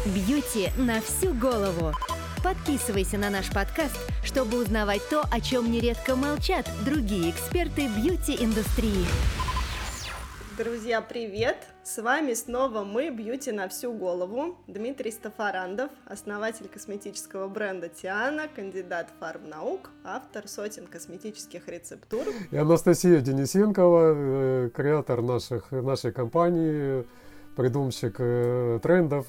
Бьюти на всю голову. Подписывайся на наш подкаст, чтобы узнавать то, о чем нередко молчат другие эксперты бьюти-индустрии. Друзья, привет! С вами снова мы, Бьюти на всю голову. Дмитрий Стафарандов, основатель косметического бренда Тиана, кандидат фармнаук, автор сотен косметических рецептур. И Анастасия Денисенкова, креатор нашей компании, придумщик трендов,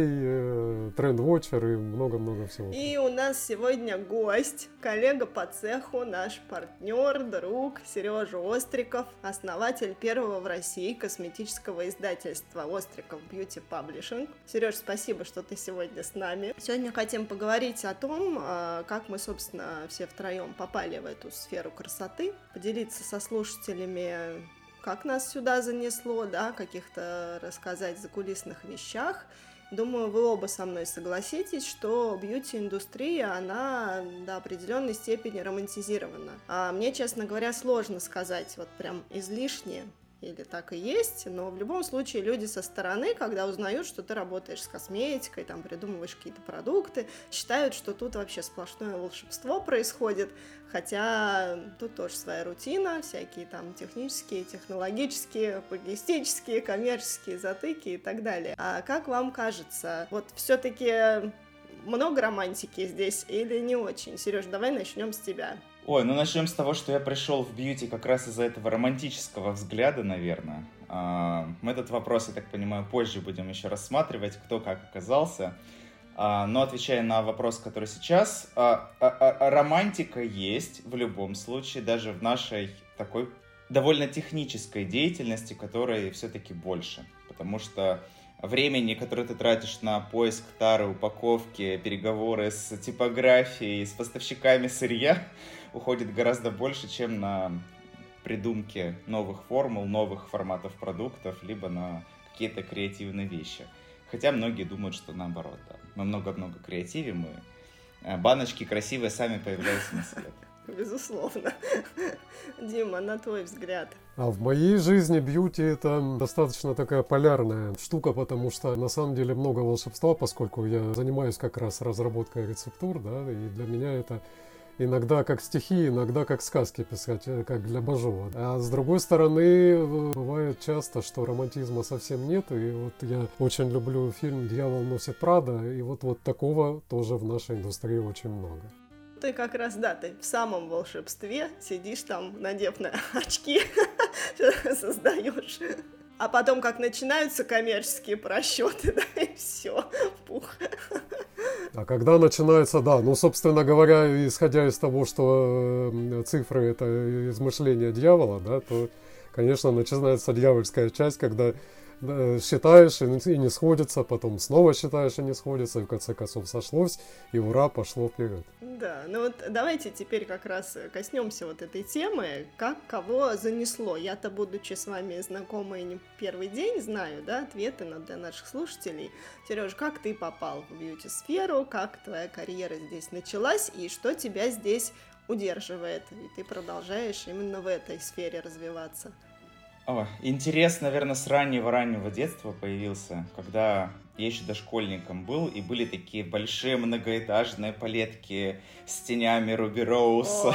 идей, тренд-вотчер и много-много всего. И у нас сегодня гость, коллега по цеху, наш партнер, друг Сережа Остриков, основатель первого в России косметического издательства Остриков Beauty Publishing. Сереж, спасибо, что ты сегодня с нами. Сегодня хотим поговорить о том, как мы, собственно, все втроем попали в эту сферу красоты, поделиться со слушателями, как нас сюда занесло, да, каких-то рассказать закулисных вещах. Думаю, вы оба со мной согласитесь, что бьюти-индустрия, она до определенной степени романтизирована. А мне, честно говоря, сложно сказать, вот прям излишне, или так и есть, но в любом случае люди со стороны, когда узнают, что ты работаешь с косметикой, там придумываешь какие-то продукты, считают, что тут вообще сплошное волшебство происходит, хотя тут тоже своя рутина, всякие там технические, технологические, логистические, коммерческие затыки и так далее. А как вам кажется, вот все-таки много романтики здесь или не очень? Сереж, давай начнем с тебя. Ну начнем с того, что я пришел в бьюти как раз из-за этого романтического взгляда, наверное. Мы этот вопрос, я так понимаю, позже будем еще рассматривать, кто как оказался. Но отвечая на вопрос, который сейчас, романтика есть в любом случае, даже в нашей такой довольно технической деятельности, которой все-таки больше. Потому что времени, которое ты тратишь на поиск тары, упаковки, переговоры с типографией, с поставщиками сырья, уходит гораздо больше, чем на придумки новых формул, новых форматов продуктов, либо на какие-то креативные вещи. Хотя многие думают, что наоборот, да. Мы много-много креативим, и баночки красивые сами появляются на свет. Безусловно. Дима, на твой взгляд? А в моей жизни бьюти это достаточно такая полярная штука, потому что на самом деле много волшебства, поскольку я занимаюсь как раз разработкой рецептур, да, и для меня это иногда как стихи, иногда как сказки писать, как для Бажова. А с другой стороны, бывает часто, что романтизма совсем нет, и вот я очень люблю фильм «Дьявол носит Прада», и вот такого тоже в нашей индустрии очень много. Ты как раз, да, ты в самом волшебстве сидишь там, надев на очки, создаешь. А потом, как начинаются коммерческие просчеты, да, и все, пух. А когда начинается, да, собственно говоря, исходя из того, что цифры — это измышление дьявола, да, то, конечно, начинается дьявольская часть, когда считаешь и не сходится, потом снова считаешь и не сходится, и в конце концов сошлось, и ура, пошло вперед. Да, вот давайте теперь как раз коснемся вот этой темы, как кого занесло. Я-то, будучи с вами знакомой не первый день, знаю, да, ответы для наших слушателей. Сереж, как ты попал в бьюти-сферу, как твоя карьера здесь началась, и что тебя здесь удерживает, и ты продолжаешь именно в этой сфере развиваться? Интерес, наверное, с раннего детства появился, когда я еще дошкольником был, и были такие большие многоэтажные палетки с тенями Руби Роуз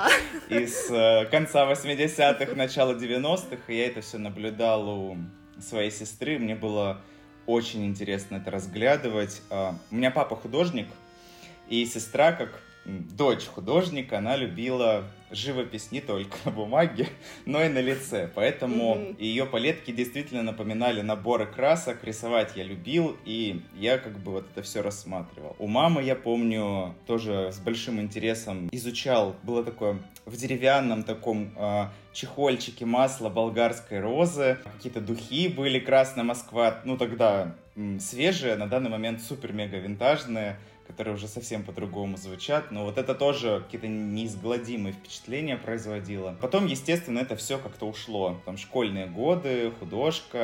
из конца 80-х, начала 90-х, и я это все наблюдал у своей сестры, мне было очень интересно это разглядывать. У меня папа художник, и сестра, как дочь художника, она любила живопись не только на бумаге, но и на лице. Поэтому ее палетки действительно напоминали наборы красок. Рисовать я любил, и я как бы вот это все рассматривал. У мамы, я помню, тоже с большим интересом изучал. Было такое в деревянном таком чехольчике масло болгарской розы. Какие-то духи были, Красная Москва. Тогда свежие, на данный момент супер-мега винтажные, которые уже совсем по-другому звучат, но вот это тоже какие-то неизгладимые впечатления производило. Потом, естественно, это все как-то ушло. Там школьные годы, художка,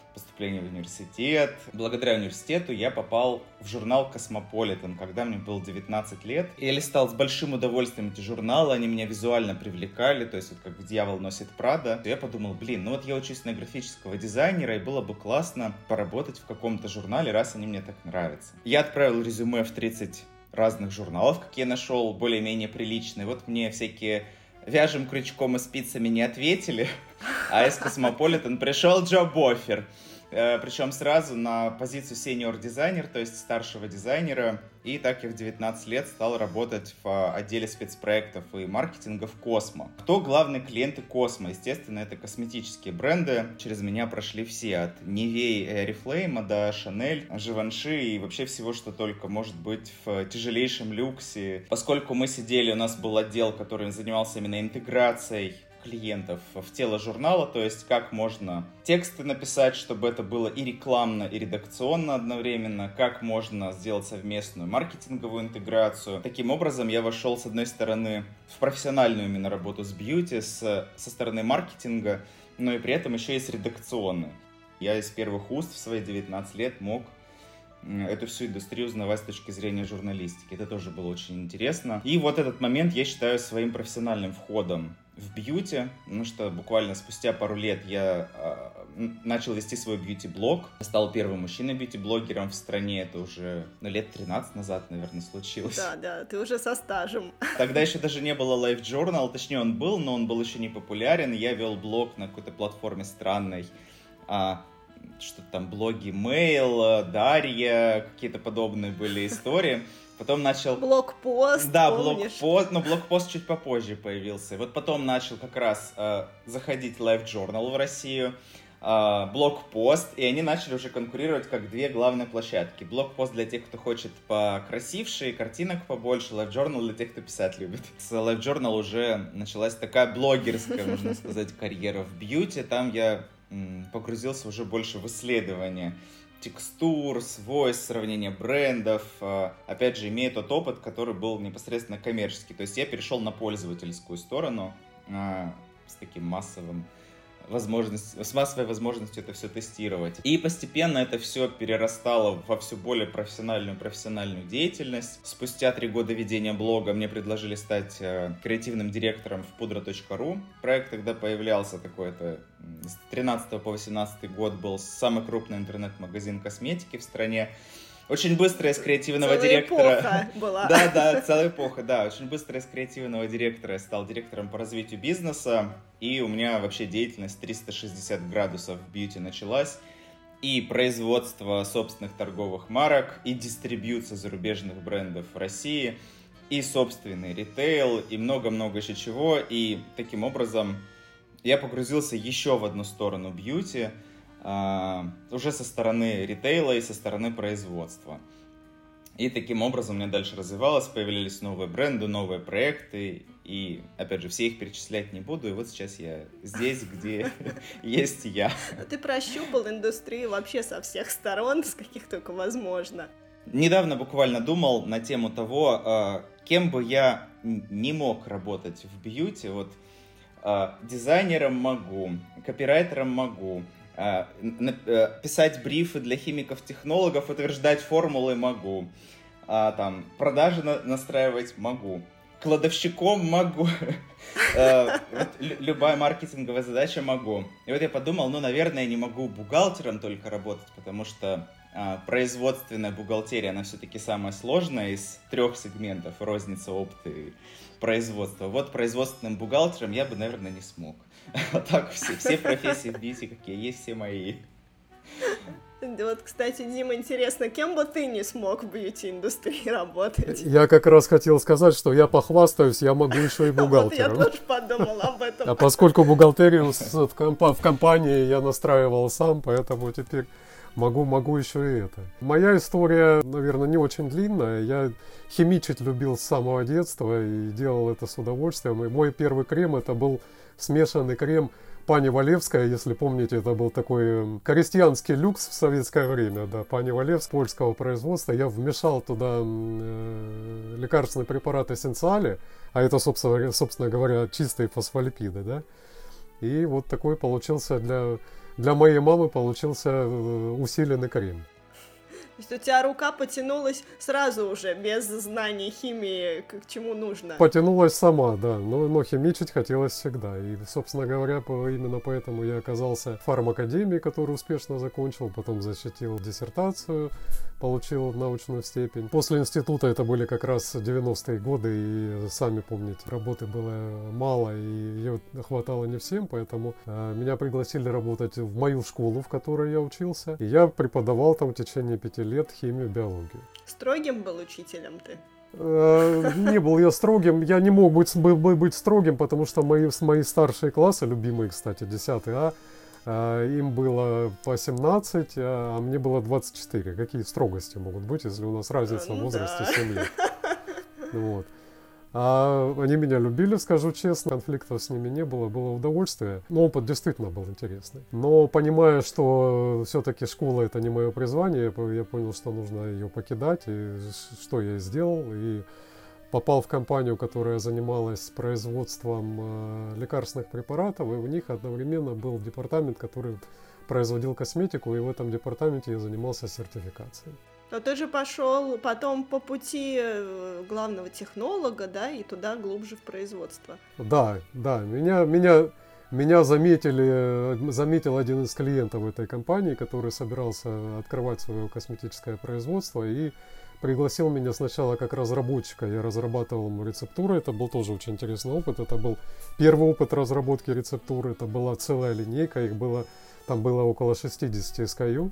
поступление в университет. Благодаря университету я попал в журнал «Космополитен», когда мне было 19 лет. Я листал с большим удовольствием эти журналы, они меня визуально привлекали, то есть вот как «Дьявол носит Прада». Я подумал, ну вот я учусь на графического дизайнера, и было бы классно поработать в каком-то журнале, раз они мне так нравятся. Я отправил резюме в 30 разных журналов, какие я нашел, более-менее приличные. Вот мне всякие «Вяжем крючком и спицами» не ответили, а из «Космополитен» пришел джоб-оффер. Причем сразу на позицию сеньор-дизайнер, то есть старшего дизайнера. И так я в 19 лет стал работать в отделе спецпроектов и маркетинга в Космо. Кто главные клиенты Космо? Естественно, это косметические бренды. Через меня прошли все, от Nivea и Oriflame до Chanel, Givenchy и вообще всего, что только может быть в тяжелейшем люксе. Поскольку мы сидели, у нас был отдел, который занимался именно интеграцией клиентов в тело журнала, то есть как можно тексты написать, чтобы это было и рекламно, и редакционно одновременно, как можно сделать совместную маркетинговую интеграцию. Таким образом, я вошел, с одной стороны, в профессиональную именно работу с бьюти, со стороны маркетинга, но и при этом еще и с редакционной. Я из первых уст в свои 19 лет мог эту всю индустрию узнавать с точки зрения журналистики. Это тоже было очень интересно. И вот этот момент я считаю своим профессиональным входом в бьюти, потому что буквально спустя пару лет я начал вести свой бьюти-блог. Стал первым мужчиной-бьюти-блогером в стране. Это уже лет 13 назад, наверное, случилось. Да, ты уже со стажем. Тогда еще даже не было Life Journal, точнее он был, но он был еще не популярен. Я вел блог на какой-то платформе странной. Что-то там блоги Mail, Дарья, какие-то подобные были истории. Потом начал... Блокпост, да, помнишь? блокпост, но блокпост чуть попозже появился. Вот потом начал как раз заходить Life Journal в Россию, блокпост, и они начали уже конкурировать как две главные площадки. Блокпост для тех, кто хочет покрасивше, картинок побольше, Life Journal для тех, кто писать любит. С Life Journal уже началась такая блогерская, можно сказать, карьера в бьюти. Там я погрузился уже больше в исследование текстур, свойств, сравнение брендов. Опять же, имея тот опыт, который был непосредственно коммерческий. То есть я перешел на пользовательскую сторону с таким массовой возможностью это все тестировать. И постепенно это все перерастало во все более профессиональную деятельность. Спустя 3 года ведения блога мне предложили стать креативным директором в pudra.ru. Проект тогда появлялся такой-то с 13 по 18 год был самый крупный интернет-магазин косметики в стране. Очень быстро из креативного директора... Эпоха была. Да, целая эпоха, да. Очень быстро из креативного директора я стал директором по развитию бизнеса. И у меня вообще деятельность 360 градусов в бьюти началась. И производство собственных торговых марок, и дистрибьюция зарубежных брендов в России, и собственный ритейл, и много-много еще чего. И таким образом я погрузился еще в одну сторону бьюти, уже со стороны ритейла и со стороны производства. И таким образом у меня дальше развивалось, появлялись новые бренды, новые проекты, и, опять же, все их перечислять не буду, и вот сейчас я здесь, где есть я. Ты прощупал индустрию вообще со всех сторон, с каких только возможно. Недавно буквально думал на тему того, кем бы я не мог работать в бьюти. Вот дизайнером могу, копирайтером могу, писать брифы для химиков-технологов, утверждать формулы могу, там, продажи настраивать могу, кладовщиком могу, любая маркетинговая задача могу. И вот я подумал, наверное, я не могу бухгалтером только работать, потому что производственная бухгалтерия, она все-таки самая сложная из 3 сегментов: розница, опт и производство. Вот производственным бухгалтером я бы, наверное, не смог. А так все профессии в бьюти, какие есть, все мои. Вот, кстати, Дима, интересно, кем бы ты не смог в бьюти-индустрии работать? Я как раз хотел сказать, что я похвастаюсь, я могу еще и бухгалтером. Вот я тоже подумала об этом. А поскольку бухгалтерию в компании я настраивал сам, поэтому теперь могу еще и это. Моя история, наверное, не очень длинная. Я химичить любил с самого детства и делал это с удовольствием. И мой первый крем — это был смешанный крем Пани Валевская, если помните, это был такой крестьянский люкс в советское время, да, Пани Валевская, польского производства. Я вмешал туда лекарственный препарат эссенциали, а это, собственно говоря, чистые фосфолипиды, да. И вот такой получился для для моей мамы получился усиленный крем. То есть у тебя рука потянулась сразу уже, без знаний химии, к чему нужно. Потянулась сама, да, но химичить хотелось всегда. И, собственно говоря, именно поэтому я оказался в фармакадемии, которую успешно закончил, потом защитил диссертацию, получил научную степень. После института, это были как раз 90-е годы, и сами помните, работы было мало, и ее хватало не всем, поэтому меня пригласили работать в мою школу, в которой я учился. И я преподавал там в течение 5 лет химию, биологию. Строгим был учителем ты? Не был я строгим, я не мог быть строгим, потому что мои старшие классы, любимые, кстати, 10 А, им было по 17, а мне было 24. Какие строгости могут быть, если у нас разница в возрасте 7 лет? Вот. А они меня любили, скажу честно, конфликтов с ними не было, было удовольствие. Но опыт действительно был интересный. Но понимая, что все-таки школа это не мое призвание, я понял, что нужно ее покидать, и что я и сделал. И попал в компанию, которая занималась производством лекарственных препаратов, и у них одновременно был департамент, который производил косметику, и в этом департаменте я занимался сертификацией. Но ты же пошел потом по пути главного технолога, да, и туда глубже в производство. Да, меня заметил один из клиентов этой компании, который собирался открывать свое косметическое производство, и пригласил меня сначала как разработчика. Я разрабатывал рецептуры, это был тоже очень интересный опыт. Это был первый опыт разработки рецептуры, это была целая линейка, там было около 60 SKU.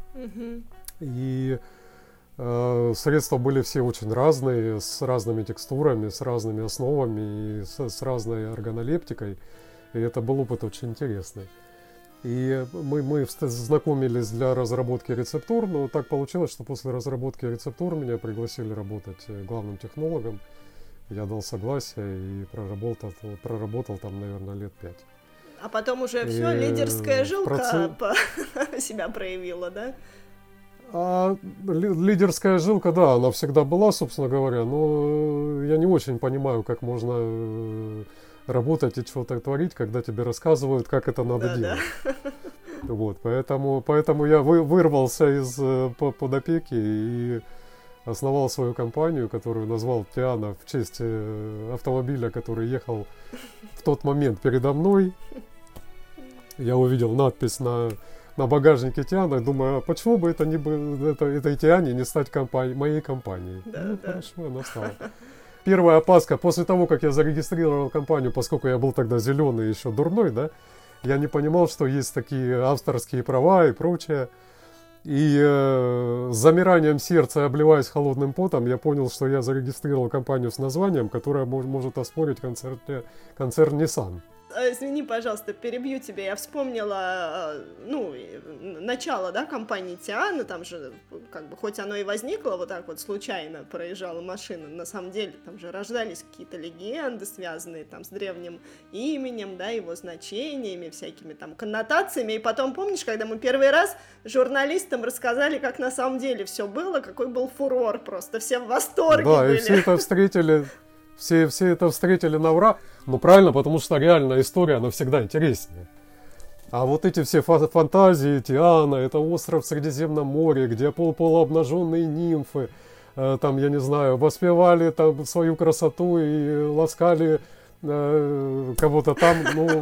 И средства были все очень разные, с разными текстурами, с разными основами и с разной органолептикой. И это был опыт очень интересный. И мы знакомились для разработки рецептур, но так получилось, что после разработки рецептур меня пригласили работать главным технологом. Я дал согласие и проработал там, наверное, лет 5. А потом уже все, лидерская жилка себя проявила, да? Лидерская жилка, да, она всегда была, собственно говоря, но я не очень понимаю, как можно работать и что-то творить, когда тебе рассказывают, как это надо делать. Вот, поэтому я вырвался из-под опеки и основал свою компанию, которую назвал Тиана в честь автомобиля, который ехал в тот момент передо мной. Я увидел надпись на багажнике Тиана и думаю, а почему бы этой Тиане не стать моей компанией? Да. Хорошо, она стала. Первая опаска, после того, как я зарегистрировал компанию, поскольку я был тогда зеленый, еще дурной, да, я не понимал, что есть такие авторские права и прочее. И с замиранием сердца, обливаясь холодным потом, я понял, что я зарегистрировал компанию с названием, которая может оспорить концерн Nissan. Извини, пожалуйста, перебью тебя. Я вспомнила, начало, да, компании Тиана, там же, как бы, хоть оно и возникло вот так вот случайно, проезжала машина, на самом деле там же рождались какие-то легенды, связанные там с древним именем, да, его значениями, всякими там коннотациями, и потом, помнишь, когда мы первый раз журналистам рассказали, как на самом деле все было, какой был фурор, просто все в восторге были. Да, и все это встретили... Все это встретили на ура. Ну правильно, потому что реальная история, она всегда интереснее. А вот эти все фантазии Тиана, это остров в Средиземном море, где полуобнаженные нимфы, там, я не знаю, воспевали там свою красоту и ласкали кого-то там,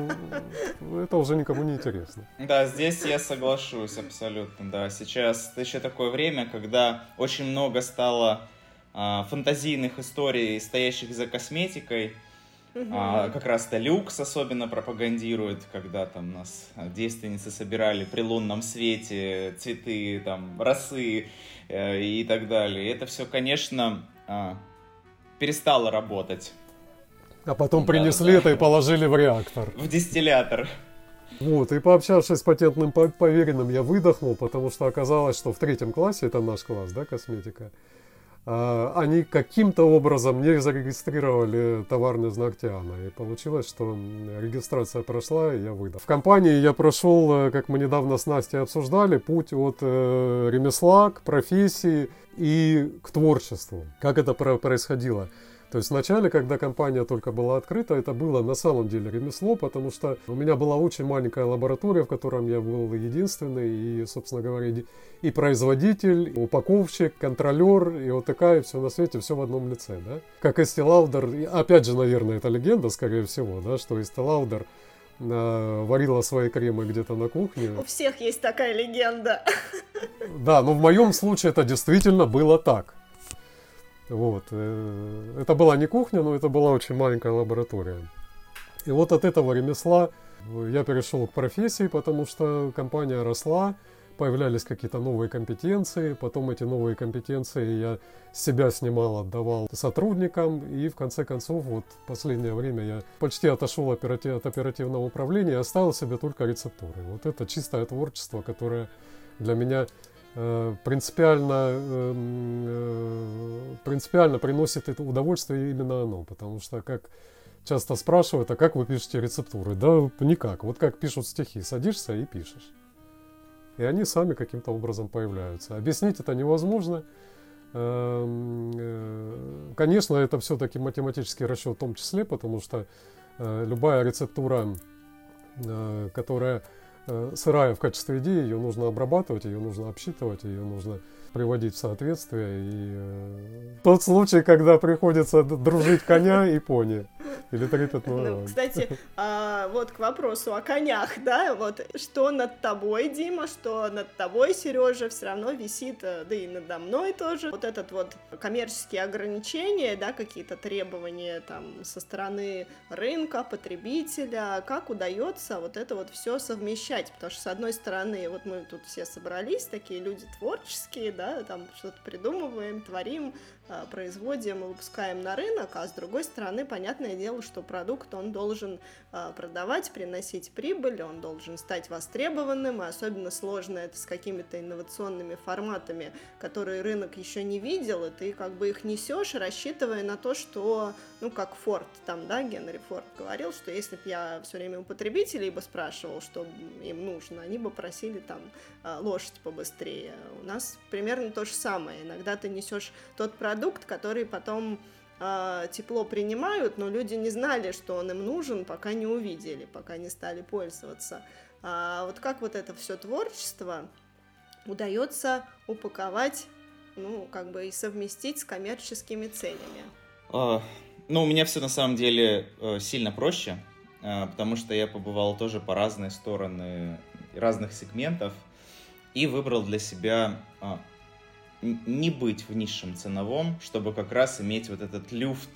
это уже никому не интересно. Да, здесь я соглашусь абсолютно, да. Сейчас еще такое время, когда очень много стало фантазийных историй, стоящих за косметикой. Как раз-то люкс особенно пропагандирует, когда там нас девственницы собирали при лунном свете цветы, там, росы и так далее. И это все, конечно, перестало работать. А потом принесли это и положили в реактор. В дистиллятор. Вот, и пообщавшись с патентным поверенным, я выдохнул, потому что оказалось, что в 3 классе, это наш класс, да, косметика, они каким-то образом не зарегистрировали товарный знак Тиана. И получилось, что регистрация прошла, и я выдал. В компании я прошел, как мы недавно с Настей обсуждали, путь от ремесла к профессии и к творчеству. Как это происходило? То То есть вначале, когда компания только была открыта, это было на самом деле ремесло, потому что у меня была очень маленькая лаборатория, в котором я был единственный, и, собственно говоря, и производитель, и упаковщик, контролер, и ОТК, и все на свете, все в одном лице, да. Как Estee Lauder, опять же, наверное, это легенда, скорее всего, да, что Estee Lauder варила свои кремы где-то на кухне. У всех есть такая легенда. Да, но в моем случае это действительно было так. Вот. Это была не кухня, но это была очень маленькая лаборатория. И вот от этого ремесла я перешел к профессии, потому что компания росла, появлялись какие-то новые компетенции, потом эти новые компетенции я себя снимал, отдавал сотрудникам, и в конце концов, вот в последнее время я почти отошел от оперативного управления и оставил себе только рецептуры. Вот это чистое творчество, которое для меня принципиально приносит это удовольствие именно оно, потому что, как часто спрашивают, а как вы пишете рецептуры? Да никак, вот как пишут стихи, садишься и пишешь. И они сами каким-то образом появляются. Объяснить это невозможно. Конечно, это все-таки математический расчет в том числе, потому что любая рецептура, которая сырая в качестве идеи, ее нужно обрабатывать, ее нужно обсчитывать, ее нужно приводить в соответствие. И тот случай, когда приходится дружить коня и пони. Или трепетного. Ну, кстати, вот к вопросу о конях, да, вот что над тобой, Дима, что над тобой, Сережа, все равно висит, да и надо мной тоже. Вот этот вот коммерческие ограничения, да, какие-то требования там со стороны рынка, потребителя, как удается вот это вот все совмещать, потому что с одной стороны, вот мы тут все собрались, такие люди творческие, да, там что-то придумываем, творим, производим и выпускаем на рынок, а с другой стороны, понятное дело, что продукт, он должен продавать, приносить прибыль, он должен стать востребованным, и особенно сложно это с какими-то инновационными форматами, которые рынок еще не видел, и ты как бы их несешь, рассчитывая на то, что, ну, как Форд, там, да, Генри Форд говорил, что если бы я все время у потребителей бы спрашивал, что им нужно, они бы просили там лошадь побыстрее. У нас примерно то же самое. Иногда ты несешь тот продукт, который потом тепло принимают, но люди не знали, что он им нужен, пока не увидели, пока не стали пользоваться. Вот как вот это все творчество удается упаковать, ну, как бы и совместить с коммерческими целями? Ну, у меня все на самом деле сильно проще, потому что я побывал тоже по разные стороны разных сегментов и выбрал для себя не быть в низшем ценовом, чтобы как раз иметь вот этот люфт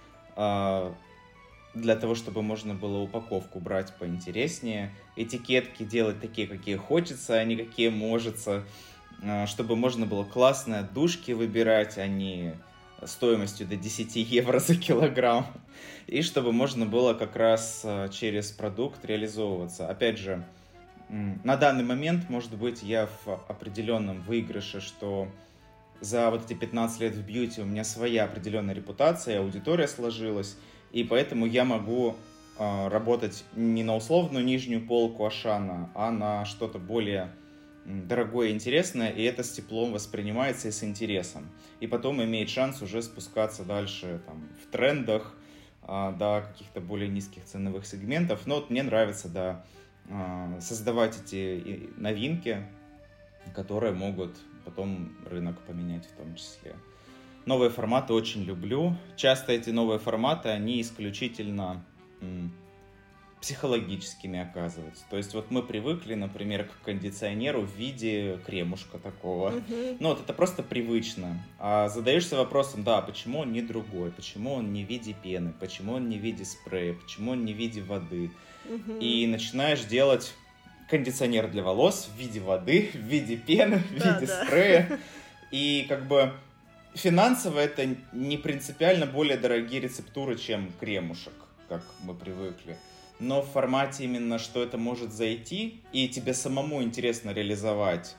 для того, чтобы можно было упаковку брать поинтереснее, этикетки делать такие, какие хочется, а не какие можется, чтобы можно было классные отдушки выбирать, а не стоимостью до 10 евро за килограмм, и чтобы можно было как раз через продукт реализовываться. Опять же, на данный момент, может быть, я в определенном выигрыше, что за вот эти 15 лет в бьюти у меня своя определенная репутация, аудитория сложилась, и поэтому я могу работать не на условную нижнюю полку Ашана, а на что-то более дорогое и интересное, и это с теплом воспринимается и с интересом. И потом имеет шанс уже спускаться дальше там, в трендах до каких-то более низких ценовых сегментов. Но вот мне нравится, да, создавать эти новинки, которые могут потом рынок поменять в том числе. Новые форматы очень люблю. Часто эти новые форматы, они исключительно психологическими оказываются. То есть вот мы привыкли, например, к кондиционеру в виде кремушка такого. Ну вот это просто привычно. А задаешься вопросом, да, почему он не другой, почему он не в виде пены, почему он не в виде спрея, почему он не в виде воды. И начинаешь делать кондиционер для волос в виде воды, в виде пены, в виде спрея. И как бы финансово это не принципиально более дорогие рецептуры, чем кремушек, как мы привыкли. Но в формате именно, что это может зайти, и тебе самому интересно реализовать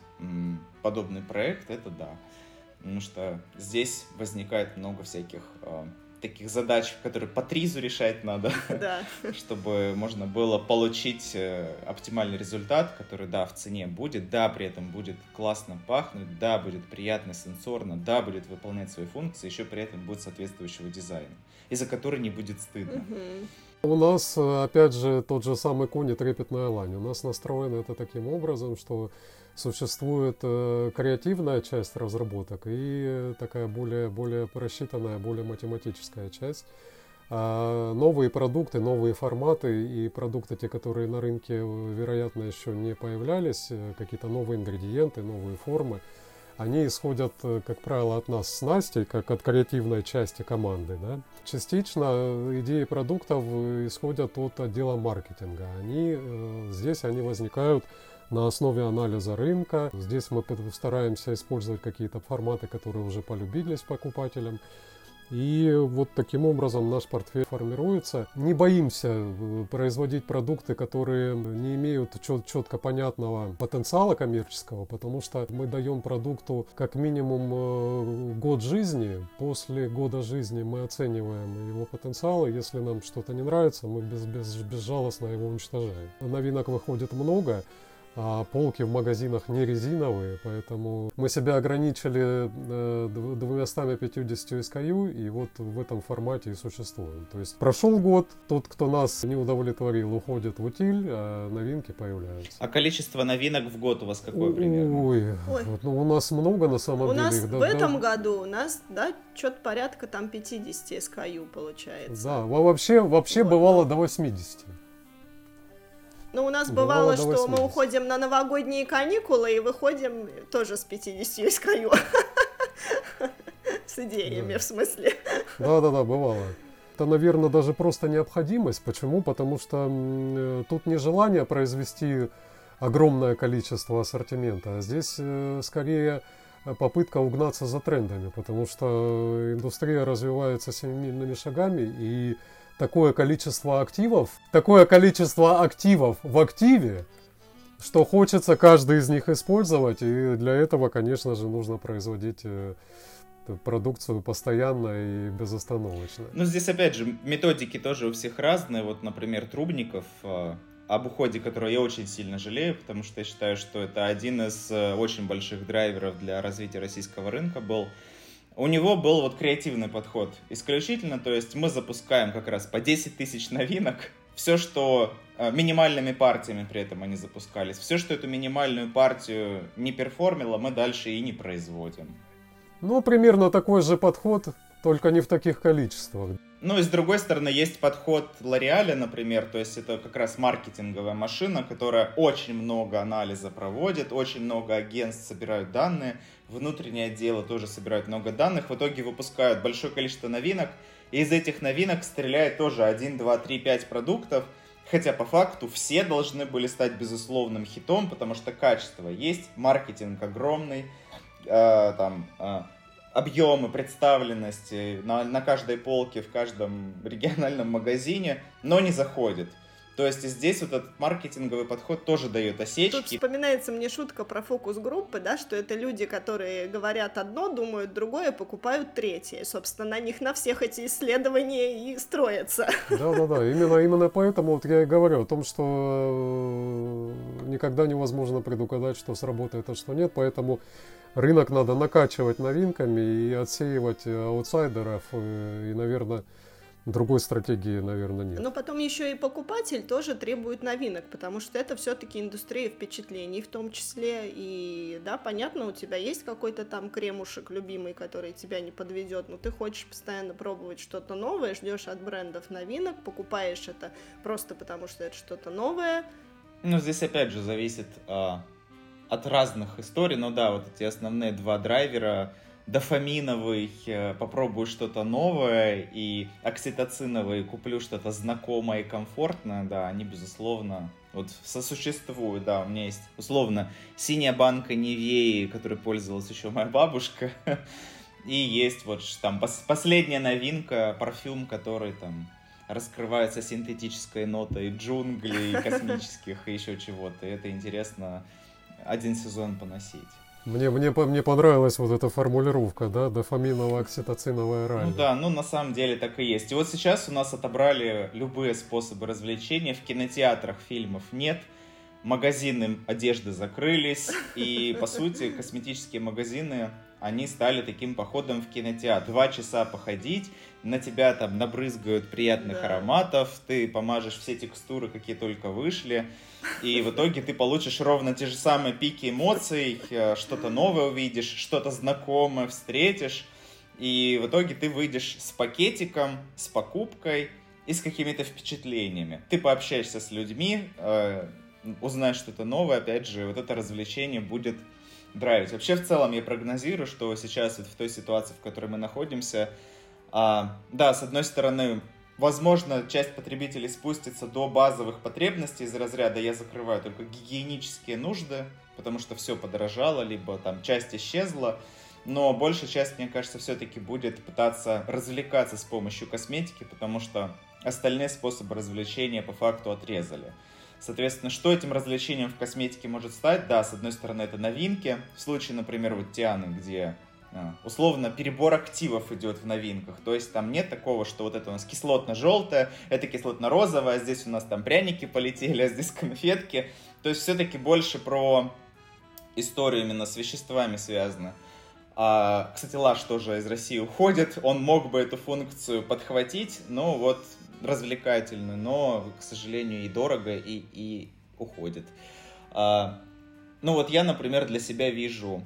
подобный проект, это да. Потому что здесь возникает много всяких таких задач, которые по тризу решать надо, Да. чтобы можно было получить оптимальный результат, который, да, в цене будет, да, при этом будет классно пахнуть, да, будет приятно сенсорно, да, будет выполнять свои функции, еще при этом будет соответствующего дизайна, из-за которого не будет стыдно. У нас, опять же, тот же самый Кони трепетная лань. У нас настроено это таким образом, что существует креативная часть разработок и такая более рассчитанная, более математическая часть. А новые продукты, новые форматы и продукты, те, которые на рынке, вероятно, еще не появлялись, какие-то новые ингредиенты, новые формы, они исходят, как правило, от нас с Настей, как от креативной части команды. Да? Частично идеи продуктов исходят от отдела маркетинга. Здесь они возникают на основе анализа рынка. Здесь мы стараемся использовать какие-то форматы, которые уже полюбились покупателям. И вот таким образом наш портфель формируется. Не боимся производить продукты, которые не имеют четко понятного потенциала коммерческого, потому что мы даем продукту как минимум год жизни. После года жизни мы оцениваем его потенциал, и если нам что-то не нравится, мы безжалостно его уничтожаем. Новинок выходит много. А полки в магазинах не резиновые, поэтому мы себя ограничили 250 SKU, и вот в этом формате и существуем. То есть прошел год, тот, кто нас не удовлетворил, уходит в утиль, а новинки появляются. А количество новинок в год у вас какое примерно? Ой. Ну, у нас много на самом деле. У нас в этом году, что-то порядка там 50 SKU получается. Да, вообще вот. Бывало до 80. Ну, у нас бывало, что мы уходим на новогодние каникулы и выходим тоже с 50 SKU. С идеями, в смысле. Да, бывало. Это, наверное, даже просто необходимость. Почему? Потому что тут не желание произвести огромное количество ассортимента, а здесь скорее попытка угнаться за трендами, потому что индустрия развивается семимильными шагами, и такое количество активов в активе, что хочется каждый из них использовать, и для этого, конечно же, нужно производить продукцию постоянно и безостановочно. Ну, здесь, опять же, методики тоже у всех разные. Вот, например, Трубников, об уходе которого я очень сильно жалею, потому что я считаю, что это один из очень больших драйверов для развития российского рынка был. У него был вот креативный подход исключительно, то есть мы запускаем как раз по 10 тысяч новинок, все, что минимальными партиями при этом они запускались, все, что эту минимальную партию не перформило, мы дальше и не производим. Ну, примерно такой же подход, только не в таких количествах. Ну и с другой стороны есть подход L'Oréal, например, то есть это как раз маркетинговая машина, которая очень много анализа проводит, очень много агентств собирают данные, внутренние отделы тоже собирают много данных, в итоге выпускают большое количество новинок, и из этих новинок стреляет тоже 1, 2, 3, 5 продуктов, хотя по факту все должны были стать безусловным хитом, потому что качество есть, маркетинг огромный, объемы, представленности на каждой полке, в каждом региональном магазине, но не заходит. То есть здесь вот этот маркетинговый подход тоже дает осечки. Тут вспоминается мне шутка про фокус-группы, да, что это люди, которые говорят одно, думают другое, покупают третье. Собственно, на них на всех эти исследования и строятся. Да. Именно поэтому вот я и говорю о том, что никогда невозможно предугадать, что сработает, а что нет. Поэтому рынок надо накачивать новинками и отсеивать аутсайдеров. И, наверное, другой стратегии, наверное, нет. Но потом еще и покупатель тоже требует новинок, потому что это все-таки индустрия впечатлений в том числе. И да, понятно, у тебя есть какой-то там кремушек любимый, который тебя не подведет, но ты хочешь постоянно пробовать что-то новое, ждешь от брендов новинок, покупаешь это просто потому, что это что-то новое. Ну, здесь опять же зависит от разных историй, но да, вот эти основные два драйвера, дофаминовый, попробую что-то новое, и окситоциновый, куплю что-то знакомое и комфортное, да, они, безусловно, вот сосуществуют, да, у меня есть, условно, синяя банка Нивеи, которой пользовалась еще моя бабушка, и есть вот там последняя новинка, парфюм, который там раскрывается синтетической нотой джунглей космических и еще чего-то, и это интересно один сезон поносить. Мне понравилась вот эта формулировка, да, дофаминово-окситоциновая ралли. Ну да, ну на самом деле так и есть. И вот сейчас у нас отобрали любые способы развлечения. В кинотеатрах фильмов нет, магазины одежды закрылись, и, по сути, косметические магазины, они стали таким походом в кинотеатр. 2 часа походить, на тебя там набрызгают приятных ароматов, ты помажешь все текстуры, какие только вышли, и в итоге ты получишь ровно те же самые пики эмоций, что-то новое увидишь, что-то знакомое встретишь, и в итоге ты выйдешь с пакетиком, с покупкой и с какими-то впечатлениями. Ты пообщаешься с людьми, узнаешь что-то новое, опять же, вот это развлечение будет драйвить. Вообще, в целом, я прогнозирую, что сейчас вот в той ситуации, в которой мы находимся, да, с одной стороны, возможно, часть потребителей спустится до базовых потребностей из разряда «я закрываю только гигиенические нужды», потому что все подорожало, либо там часть исчезла, но большая часть, мне кажется, все-таки будет пытаться развлекаться с помощью косметики, потому что остальные способы развлечения по факту отрезали. Соответственно, что этим развлечением в косметике может стать? Да, с одной стороны, это новинки. В случае, например, вот Тианы, где условно перебор активов идет в новинках. То есть там нет такого, что вот это у нас кислотно-желтое, это кислотно-розовое, а здесь у нас там пряники полетели, а здесь конфетки. То есть все-таки больше про историю именно с веществами связано. Кстати, Лаш тоже из России уходит, он мог бы эту функцию подхватить, но вот развлекательную, но, к сожалению, и дорого, и уходит. Ну вот я, например, для себя вижу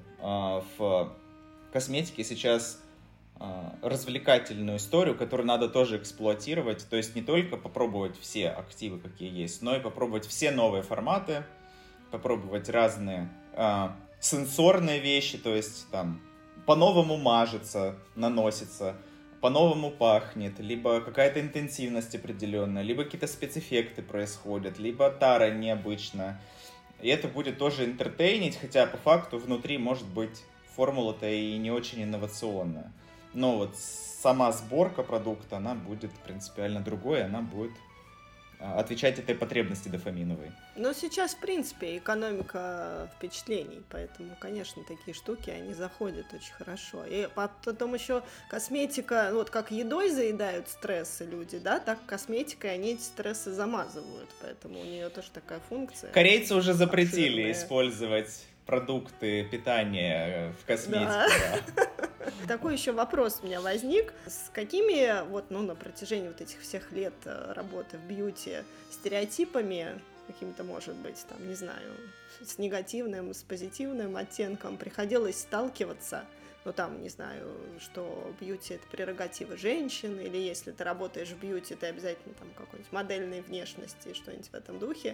в косметике сейчас развлекательную историю, которую надо тоже эксплуатировать, то есть не только попробовать все активы, какие есть, но и попробовать все новые форматы, попробовать разные сенсорные вещи, то есть там по-новому мажется, наносится, по-новому пахнет, либо какая-то интенсивность определенная, либо какие-то спецэффекты происходят, либо тара необычная. И это будет тоже энтертейнить, хотя по факту внутри может быть формула-то и не очень инновационная. Но вот сама сборка продукта, она будет принципиально другой, она будет отвечать этой потребности дофаминовой. Но сейчас, в принципе, экономика впечатлений, поэтому, конечно, такие штуки, они заходят очень хорошо. И потом еще косметика, вот как едой заедают стрессы люди, да, так косметикой они эти стрессы замазывают, поэтому у нее тоже такая функция. Корейцы уже запретили использовать продукты питания в косметике. Да. Такой еще вопрос у меня возник. С какими, вот, ну, на протяжении вот этих всех лет работы в бьюти стереотипами, каким-то, может быть, там, не знаю, с негативным, с позитивным оттенком приходилось сталкиваться? Ну, там, не знаю, что бьюти — это прерогатива женщин, или если ты работаешь в бьюти, ты обязательно там какой-нибудь модельной внешности, что-нибудь в этом духе.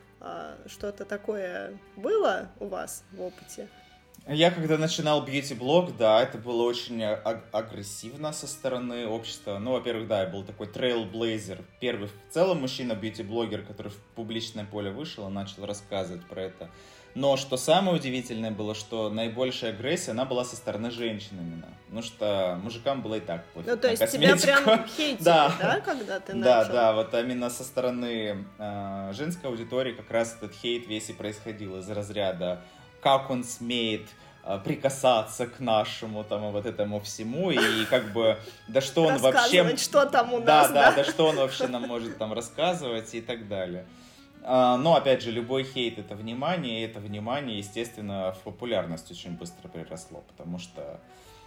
Что-то такое было у вас в опыте? Я когда начинал бьюти-блог, да, это было очень агрессивно со стороны общества. Ну, во-первых, да, я был такой трейлблейзер, первый в целом мужчина-бьюти-блогер, который в публичное поле вышел и начал рассказывать про это. Но что самое удивительное было, что наибольшая агрессия, она была со стороны женщин именно. Потому что мужикам было и так пофиг. Ну, то есть тебя прям хейтили, да, когда ты начал? Да, вот именно со стороны женской аудитории как раз этот хейт весь и происходил из разряда «как он смеет прикасаться к нашему там вот этому всему», и как бы, да что он вообще... Рассказывать, что там у нас, да, что он вообще нам может там рассказывать и так далее. Но, опять же, любой хейт — это внимание, и это внимание, естественно, в популярность очень быстро переросло, потому что...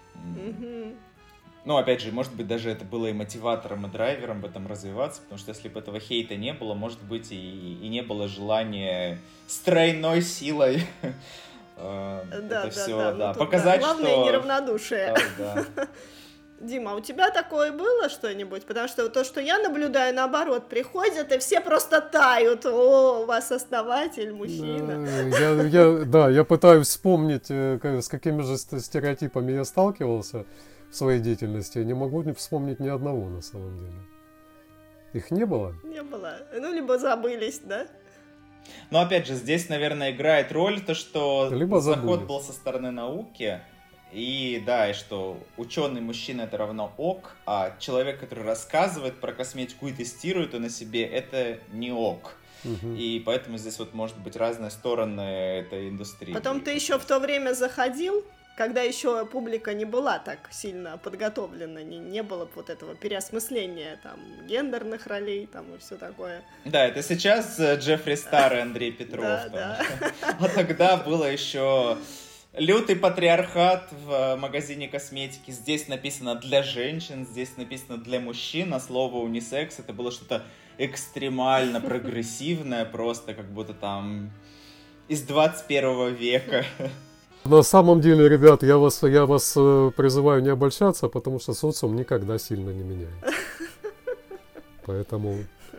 Ну, опять же, может быть, даже это было и мотиватором, и драйвером в этом развиваться, потому что если бы этого хейта не было, может быть, и не было желания с тройной силой это все показать, что... Главное, неравнодушие. Дима, у тебя такое было что-нибудь? Потому что то, что я наблюдаю, наоборот, приходят и все просто тают. О, у вас основатель, мужчина. Я пытаюсь вспомнить, с какими же стереотипами я сталкивался в своей деятельности. Я не могу вспомнить ни одного, на самом деле. Их не было? Не было. Ну, либо забылись, да? Но, опять же, здесь, наверное, играет роль то, что заход был со стороны науки. И да, и что ученый мужчина — это равно ок, а человек, который рассказывает про косметику и тестирует ее на себе, это не ок. И поэтому здесь вот может быть разные стороны этой индустрии. Потом ты еще в то время заходил, когда еще публика не была так сильно подготовлена, не было вот этого переосмысления там гендерных ролей там и все такое. Да, это сейчас Джеффри Стар и Андрей Петров. Да. А тогда было еще лютый патриархат в магазине косметики. Здесь написано для женщин, здесь написано для мужчин, а слово унисекс это было что-то экстремально прогрессивное, просто как будто там из 21 века. На самом деле, ребят, я вас призываю не обольщаться, потому что социум никогда сильно не меняется. Поэтому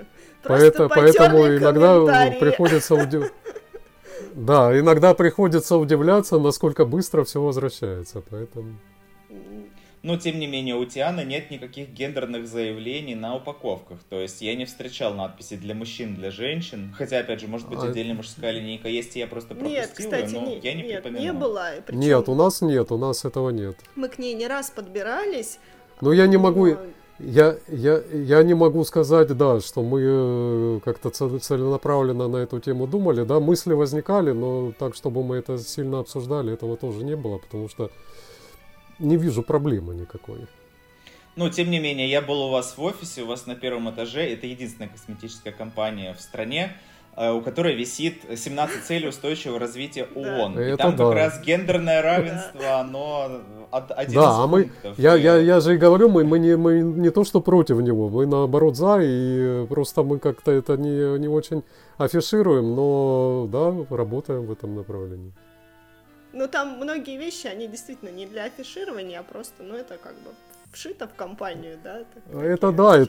иногда приходится иногда приходится удивляться, насколько быстро все возвращается. Поэтому. Но, тем не менее, у Тианы нет никаких гендерных заявлений на упаковках. То есть я не встречал надписи для мужчин, для женщин. Хотя, опять же, может быть, отдельная мужская линейка есть, и я просто пропустил нет, кстати, ее, но я не припоминаю. Не было. Причем нет, у нас этого нет. Мы к ней не раз подбирались. Но я не могу... Я не могу сказать, да, что мы как-то целенаправленно на эту тему думали, да, мысли возникали, но так, чтобы мы это сильно обсуждали, этого тоже не было, потому что не вижу проблемы никакой. Ну, тем не менее, я был у вас в офисе, у вас на первом этаже, это единственная косметическая компания в стране, у которой висит 17 целей устойчивого развития ООН. Да. И там как раз гендерное равенство, оно один из пунктов. Я же и говорю, мы не то что против него, мы наоборот за, и просто мы как-то это не очень афишируем, но да, работаем в этом направлении. Ну, там многие вещи, они действительно не для афиширования, а просто, это как бы вшито в компанию, да? Это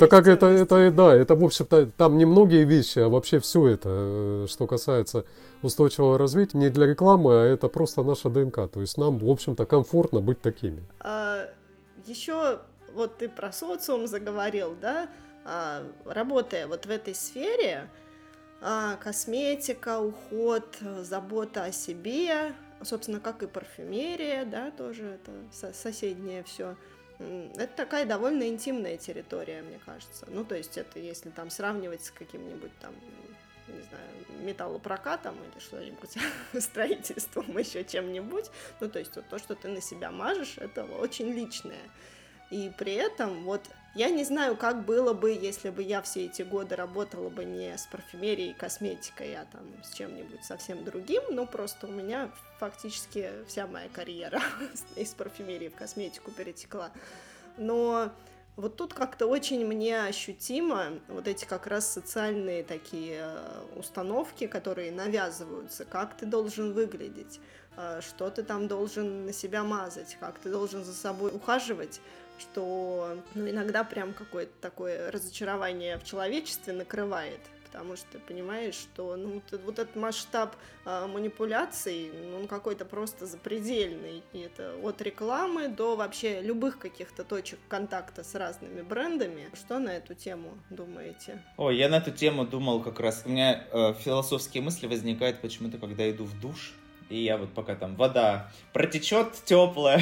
в общем-то, там не многие вещи, а вообще все это, что касается устойчивого развития, не для рекламы, а это просто наша ДНК. То есть нам, в общем-то, комфортно быть такими. Еще вот ты про социум заговорил, да? Работая вот в этой сфере, косметика, уход, забота о себе, собственно, как и парфюмерия, да, тоже это соседнее все. Это такая довольно интимная территория, мне кажется. Ну, то есть это если там сравнивать с каким-нибудь там, не знаю, металлопрокатом или что-нибудь, строительством, еще чем-нибудь. Ну, то есть вот то, что ты на себя мажешь, это очень личное. И при этом вот я не знаю, как было бы, если бы я все эти годы работала бы не с парфюмерией и косметикой, а там с чем-нибудь совсем другим, но просто у меня фактически вся моя карьера из парфюмерии в косметику перетекла. Но вот тут как-то очень мне ощутимо вот эти как раз социальные такие установки, которые навязываются, как ты должен выглядеть, что ты там должен на себя мазать, как ты должен за собой ухаживать, что иногда прям какое-то такое разочарование в человечестве накрывает, потому что ты понимаешь, что вот этот масштаб манипуляций, он какой-то просто запредельный, и это от рекламы до вообще любых каких-то точек контакта с разными брендами. Что на эту тему думаете? Ой, я на эту тему думал как раз, у меня философские мысли возникают почему-то, когда иду в душ. И я вот пока там вода протечет теплая,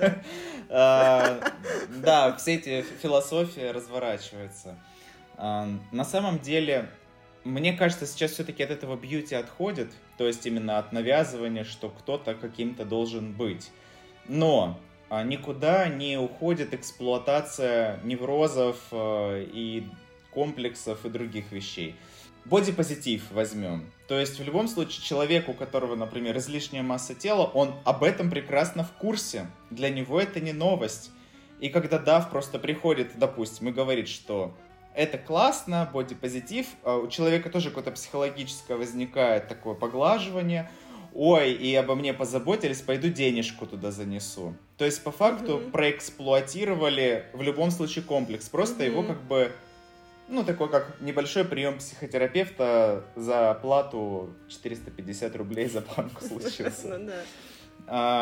да, все эти философии разворачиваются. На самом деле, мне кажется, сейчас все-таки от этого бьюти отходит, то есть именно от навязывания, что кто-то каким-то должен быть. Но никуда не уходит эксплуатация неврозов и комплексов и других вещей. Бодипозитив возьмем. То есть в любом случае человек, у которого, например, излишняя масса тела, он об этом прекрасно в курсе. Для него это не новость. И когда Дав просто приходит, допустим, и говорит, что это классно, бодипозитив, у человека тоже какое-то психологическое возникает такое поглаживание. Ой, и обо мне позаботились, пойду денежку туда занесу. То есть по факту проэксплуатировали в любом случае комплекс. Просто его как бы... такой как небольшой прием психотерапевта за оплату 450 рублей за банку случился.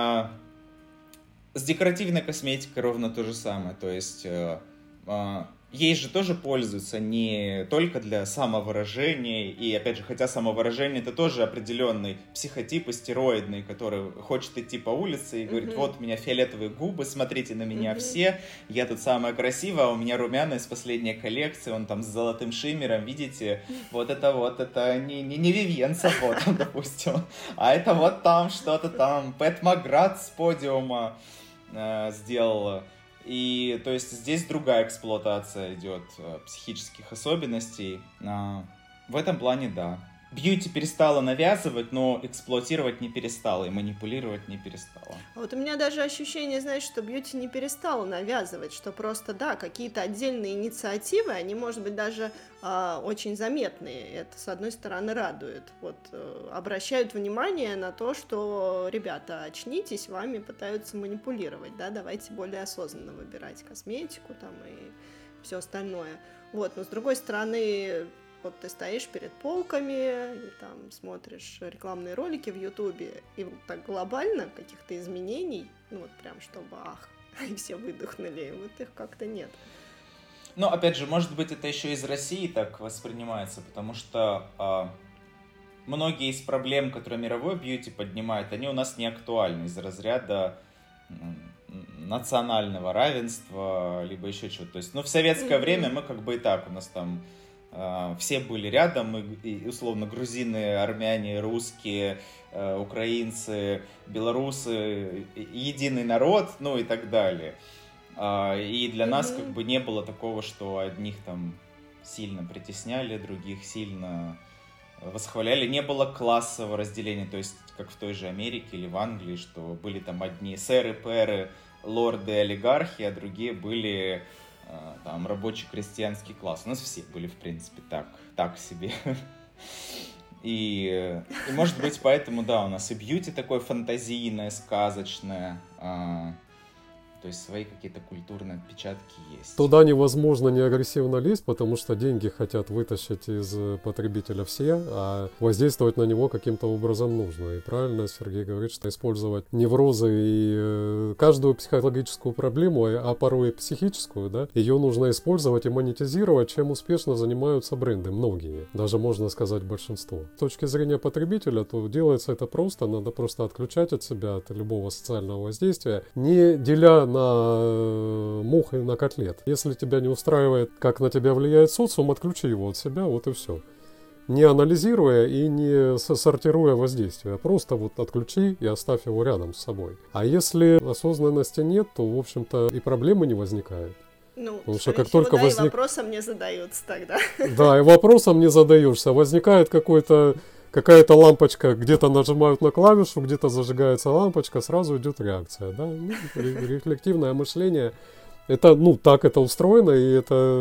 С декоративной косметикой ровно то же самое. То есть ей же тоже пользуются не только для самовыражения, и, опять же, хотя самовыражение это тоже определенный психотип стероидный, который хочет идти по улице и говорит, вот у меня фиолетовые губы, смотрите на меня все, я тут самая красивая, а у меня румяна из последней коллекции, он там с золотым шиммером, видите, вот, это не Вивьенцев, вот, допустим, а это вот там что-то там, Пэт Макград с подиума сделала. И, то есть, здесь другая эксплуатация идет психических особенностей. В этом плане, да. Бьюти перестала навязывать, но эксплуатировать не перестала и манипулировать не перестала. Вот у меня даже ощущение, знаешь, что бьюти не перестала навязывать, что просто, да, какие-то отдельные инициативы, они, может быть, даже очень заметные. Это, с одной стороны, радует. Вот обращают внимание на то, что, ребята, очнитесь, вами пытаются манипулировать, да, давайте более осознанно выбирать косметику там и все остальное. Вот, но с другой стороны, вот ты стоишь перед полками, и там смотришь рекламные ролики в Ютубе, и вот так глобально каких-то изменений, ну вот прям чтобы ах, и все выдохнули, вот их как-то нет. Ну, опять же, может быть, это еще из России так воспринимается, потому что многие из проблем, которые мировой бьюти поднимает, они у нас не актуальны из разряда национального равенства, либо еще чего-то. То есть, ну, в советское время мы как бы и так, у нас там все были рядом, и условно грузины, армяне, русские, украинцы, белорусы, единый народ, ну и так далее. И для нас как бы не было такого, что одних там сильно притесняли, других сильно восхваляли. Не было классового разделения, то есть как в той же Америке или в Англии, что были там одни сэры, пэры, лорды, олигархи, а другие были там рабочий крестьянский класс. У нас все были, в принципе, так себе. И может быть, поэтому, да, у нас и бьюти такое фантазийное, сказочное, то есть свои какие-то культурные отпечатки есть. Туда невозможно не агрессивно лезть, потому что деньги хотят вытащить из потребителя все, а воздействовать на него каким-то образом нужно. И правильно Сергей говорит, что использовать неврозы и каждую психологическую проблему, а порой и психическую, да, ее нужно использовать и монетизировать, чем успешно занимаются бренды, многие, даже можно сказать большинство. С точки зрения потребителя, то делается это просто, надо просто отключать от себя, от любого социального воздействия, не деля на мух и на котлет. Если тебя не устраивает, как на тебя влияет социум, отключи его от себя, вот и все. Не анализируя и не сортируя воздействия, просто вот отключи и оставь его рядом с собой. А если осознанности нет, то, в общем-то, и проблемы не возникают. Ну, потому что как только и вопросом не задаются тогда. Да, и вопросом не задаешься. Возникает какая-то лампочка, где-то нажимают на клавишу, где-то зажигается лампочка, сразу идет реакция. Да? Ну, рефлективное мышление, это, ну, так это устроено, и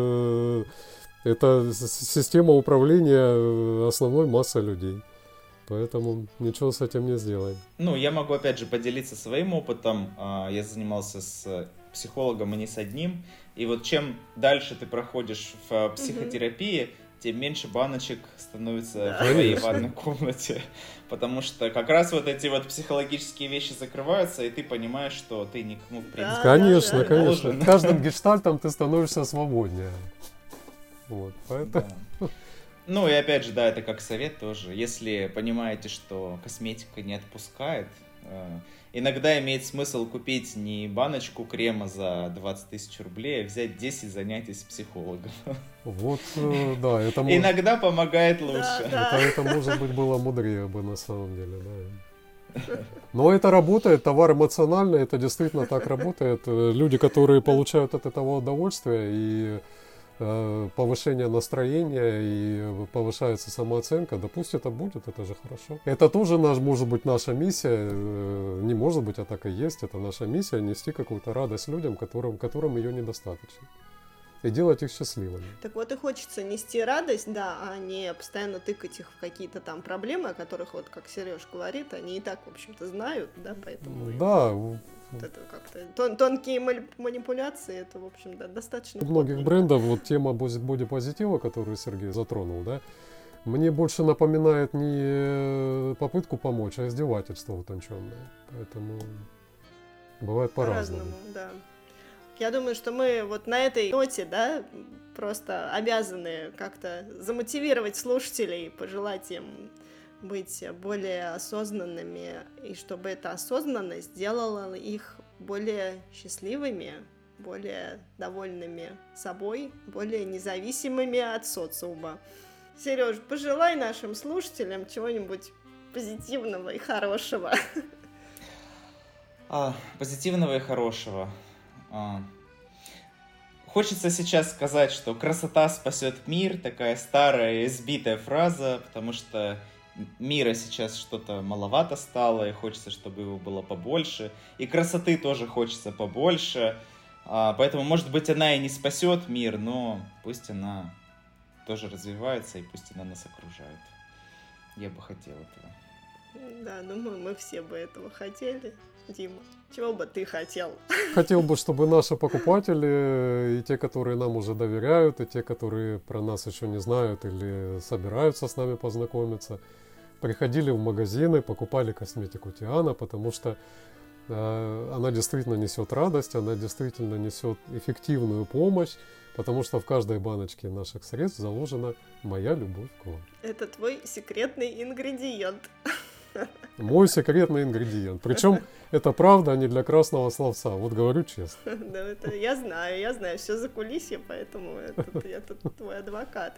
это система управления основной массой людей. Поэтому ничего с этим не сделаем. Ну, я могу, опять же, поделиться своим опытом. Я занимался с психологом и не с одним. И вот чем дальше ты проходишь в психотерапии, тем меньше баночек становится в твоей ванной комнате. Потому что как раз вот эти вот психологические вещи закрываются, и ты понимаешь, что ты никому, в принципе, конечно. Каждым гештальтом ты становишься свободнее. Вот, поэтому... Да. Ну и опять же, да, это как совет тоже. Если понимаете, что косметика не отпускает, иногда имеет смысл купить не баночку крема за 20 тысяч рублей, а взять 10 занятий с психологом. Вот, да, это... Иногда помогает лучше. Это, может быть, было мудрее бы на самом деле, да. Но это работает, товар эмоциональный, это действительно так работает. Люди, которые получают от этого удовольствие и повышение настроения и повышается самооценка, да пусть это будет, это же хорошо. Это тоже может быть наша миссия, не может быть, а так и есть, это наша миссия нести какую-то радость людям, которым ее недостаточно. И делать их счастливыми. Так вот и хочется нести радость, да, а не постоянно тыкать их в какие-то там проблемы, о которых, вот как Сереж говорит, они и так, в общем-то, знают, да, поэтому... Да. Вот это как-то тонкие манипуляции, это, в общем, да, достаточно... У многих брендов вот тема бодипозитива, которую Сергей затронул, да, мне больше напоминает не попытку помочь, а издевательство утонченное. Поэтому бывает по-разному. Да. Я думаю, что мы вот на этой ноте, да, просто обязаны как-то замотивировать слушателей, пожелать им быть более осознанными, и чтобы эта осознанность сделала их более счастливыми, более довольными собой, более независимыми от социума. Сереж, пожелай нашим слушателям чего-нибудь позитивного и хорошего. Позитивного и хорошего. Хочется сейчас сказать, что красота спасет мир, такая старая избитая фраза, потому что мира сейчас что-то маловато стало, и хочется, чтобы его было побольше. И красоты тоже хочется побольше. Поэтому, может быть, она и не спасет мир, но пусть она тоже развивается, и пусть она нас окружает. Я бы хотел этого. Да, думаю, мы все бы этого хотели. Дима, чего бы ты хотел? Хотел бы, чтобы наши покупатели, и те, которые нам уже доверяют, и те, которые про нас еще не знают или собираются с нами познакомиться, приходили в магазины, покупали косметику Тиана, потому что она действительно несет радость, она действительно несет эффективную помощь, потому что в каждой баночке наших средств заложена моя любовь к вам. Это твой секретный ингредиент. Мой секретный ингредиент. Причем это правда, а не для красного словца. Вот говорю честно. Да, это я знаю, все закулисье, поэтому я тут твой адвокат.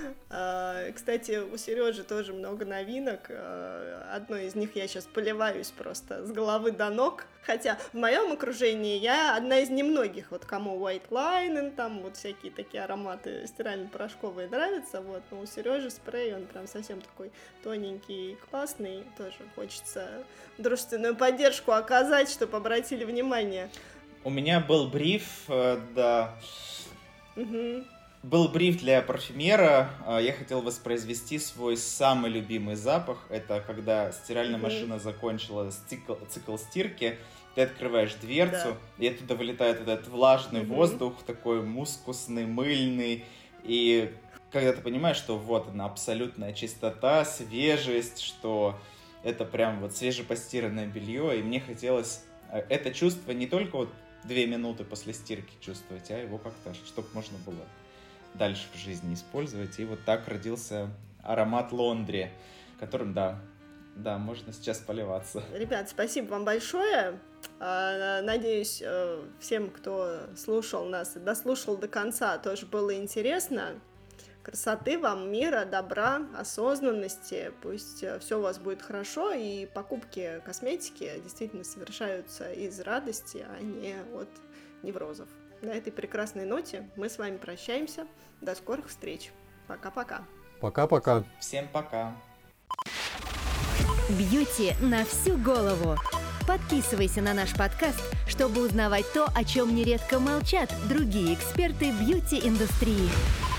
Кстати, у Сережи тоже много новинок. Одной из них я сейчас поливаюсь просто с головы до ног. Хотя в моем окружении я одна из немногих, вот кому White Line, там вот всякие такие ароматы стирально-порошковые нравятся, вот, но у Сережи спрей, он прям совсем такой тоненький и классный, тоже хочется дружественную поддержку оказать, чтобы обратили внимание. У меня был бриф, да. Угу. Был бриф для парфюмера. Я хотел воспроизвести свой самый любимый запах. Это когда стиральная машина закончила цикл стирки, ты открываешь дверцу, и оттуда вылетает этот влажный воздух, такой мускусный, мыльный. И когда ты понимаешь, что вот она, абсолютная чистота, свежесть, что это прям вот свежепостиранное белье. И мне хотелось это чувство не только вот 2 минуты после стирки чувствовать, а его как-то, чтобы можно было дальше в жизни использовать. И вот так родился аромат Лондри, которым, да, можно сейчас поливаться. Ребят, спасибо вам большое. Надеюсь, всем, кто слушал нас и дослушал до конца, тоже было интересно. Красоты вам, мира, добра, осознанности. Пусть все у вас будет хорошо, и покупки косметики действительно совершаются из радости, а не от неврозов. На этой прекрасной ноте мы с вами прощаемся. До скорых встреч. Пока-пока. Пока-пока. Всем пока. Бьюти на всю голову. Подписывайся на наш подкаст, чтобы узнавать то, о чем нередко молчат другие эксперты бьюти-индустрии.